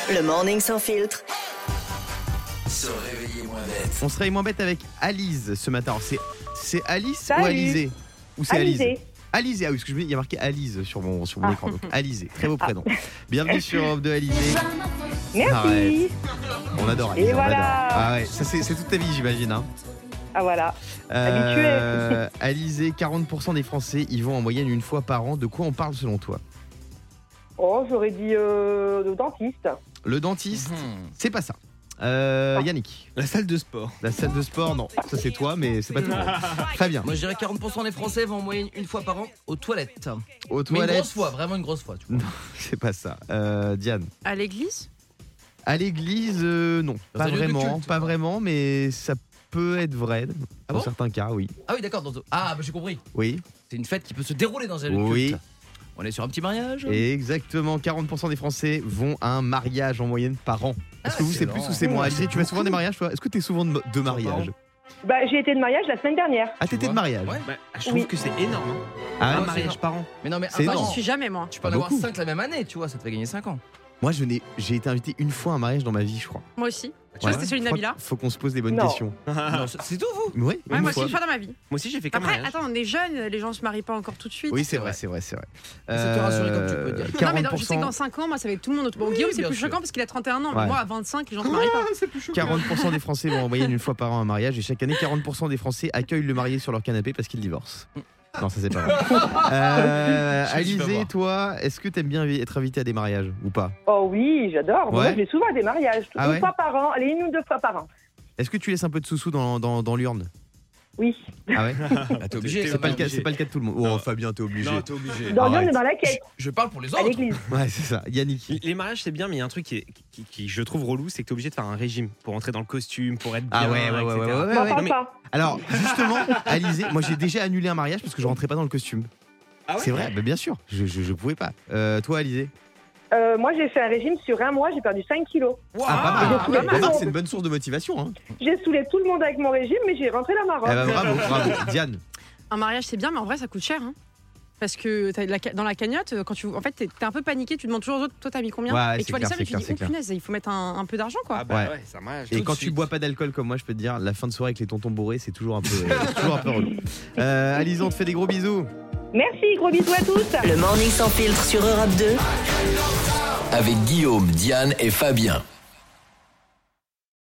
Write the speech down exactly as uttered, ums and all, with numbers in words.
Le morning sans filtre. Se réveiller moins bête. On se réveille moins bête avec Alice ce matin. Alors, c'est, c'est Alice Salut. ou Alizé? Ou c'est Alice? Alizé. Alizé, ah oui, parce que je me dis, il y a marqué Alice sur mon, sur mon écran. Donc Alizé, très beau prénom. Bienvenue sur Europe deux, Alizé. Merci. Arrête. On adore Alizé, Et on voilà. adore. Ah ouais, ça c'est, c'est toute ta vie, j'imagine. Hein. Ah voilà. Euh, Alizé, quarante pour cent des Français y vont en moyenne une fois par an. De quoi on parle selon toi? Oh, j'aurais dit euh, le dentiste. Le dentiste, Mmh. c'est pas ça. Euh, Yannick, La salle de sport. la salle de sport, non, ça c'est toi, mais c'est pas tout le monde. Fabien, Moi je dirais quarante pour cent des Français vont en moyenne une fois par an aux toilettes. aux Mais une toilettes, grosse fois, vraiment une grosse fois. Tu vois. non, c'est pas ça. Euh, Diane, À l'église? à l'église, euh, non, Dans pas un lieu de vraiment, culte, pas quoi. vraiment, mais ça peut être vrai Ah dans bon certains cas, oui. Ah oui d'accord. Dans... Ah bah j'ai compris. Oui, C'est une fête qui peut se dérouler dans un lieu de oui, culte. On est sur un petit mariage. exactement. quarante pour cent des Français vont à un mariage en moyenne par an. Est-ce Ah, que vous c'est excellent. plus ou c'est moins? Alizé, tu vas souvent des mariages, toi? Est-ce que t'es souvent de, de mariage? Bah, j'ai été de mariage la semaine dernière. Ah, t'étais de vois. mariage? Ouais. Bah, je trouve Oui. que c'est énorme. Hein. Ah, un ouais. c'est mariage énorme. par an. Mais non mais C'est un par énorme. an, J'y suis jamais, moi. tu peux en Pas avoir beaucoup. cinq la même année, tu vois, ça te fait gagner cinq ans. Moi, je n'ai, j'ai été invité une fois à un mariage dans ma vie, je crois. Moi aussi. Tu Ouais. vois, c'était celui de Je crois Nabila. qu'il Faut qu'on se pose des bonnes Non. questions. Non, c'est c'est tout vous. Ouais, Ouais, une moi aussi, fois. une fois dans ma vie. Moi aussi, j'ai fait qu'un Après, mariage. attends, on est jeunes, les gens se marient pas encore tout de suite. Oui, c'est vrai, vrai. c'est vrai, c'est vrai. Ça te rassurer comme tu peux dire. Non, mais quarante dans- pour je sais cent, que dans cinq ans, moi, ça va être tout le monde. Bon, Oui, Guillaume, c'est bien plus sûr. choquant parce qu'il a trente et un ans. Ouais. Mais moi, à vingt-cinq, les gens se marient pas. quarante pour cent des Français vont en moyenne une fois par an à un mariage et chaque année, quarante pour cent des Français accueillent le marié sur leur canapé parce qu'ils divorcent. Non, ça c'est pas vrai. Euh, Je suis pas Alizé, voir. toi, est-ce que t'aimes bien être invité à des mariages ou pas? Oh oui, j'adore. Ouais. Moi, je vais souvent à des mariages. Ah une ouais fois par an. Allez, une ou deux fois par an. Est-ce que tu laisses un peu de sous-sous dans, dans, dans l'urne? Oui. Ah ouais? Ah, t'es obligé. C'est quand pas, le même. cas, c'est pas le cas de tout le monde. Oh, Non. Fabien, t'es obligé. Non, t'es obligé. Dans Arrête. l'urne et dans la quête. Je parle pour les À autres. l'église. Ouais, c'est ça. Yannick. Les mariages, c'est bien, mais il y a un truc qui, est- qui, qui, je trouve relou, c'est que t'es obligé de faire un régime pour entrer dans le costume, pour être bien, Ah ouais, ouais, ouais, et cetera. ouais, ouais, ouais, M'en ouais. parle mais- pas. Alors, justement, Alizé, moi j'ai déjà annulé un mariage parce que je rentrais pas dans le costume. Ah ouais C'est vrai, bah, bien sûr, je, je, je pouvais pas. Euh, toi, Alizé? Euh, moi, j'ai fait un régime sur un mois. J'ai perdu cinq kilos. Waouh. Ah, pas mal. j'ai trouvé Remarque, tout le c'est monde. une bonne source de motivation. Hein. J'ai saoulé tout le monde avec mon régime, mais j'ai rentré la marotte. Eh ben, bravo, bravo. Diane. Un mariage, c'est bien, mais en vrai, ça coûte cher. Hein. Parce que t'as de la ca- dans la cagnotte, quand tu, en fait, t'es, t'es un peu paniqué, tu demandes toujours aux autres, toi, t'as mis combien? Ouais, Et c'est tu vois les clair, sommes et c'est tu dis, clair, oh c'est clair. punaise, il faut mettre un, un peu d'argent, quoi. Ah bah Ouais. ouais, c'est un mariage. Et Tout quand de tu suite. bois pas d'alcool comme moi, je peux te dire, la fin de soirée avec les tontons bourrés, c'est toujours un peu, euh, toujours un peu relou. Euh, Alizé, on te fait des gros bisous. Merci, gros bisous à tous. Le morning sans filtre sur Europe deux. Avec Guillaume, Diane et Fabien.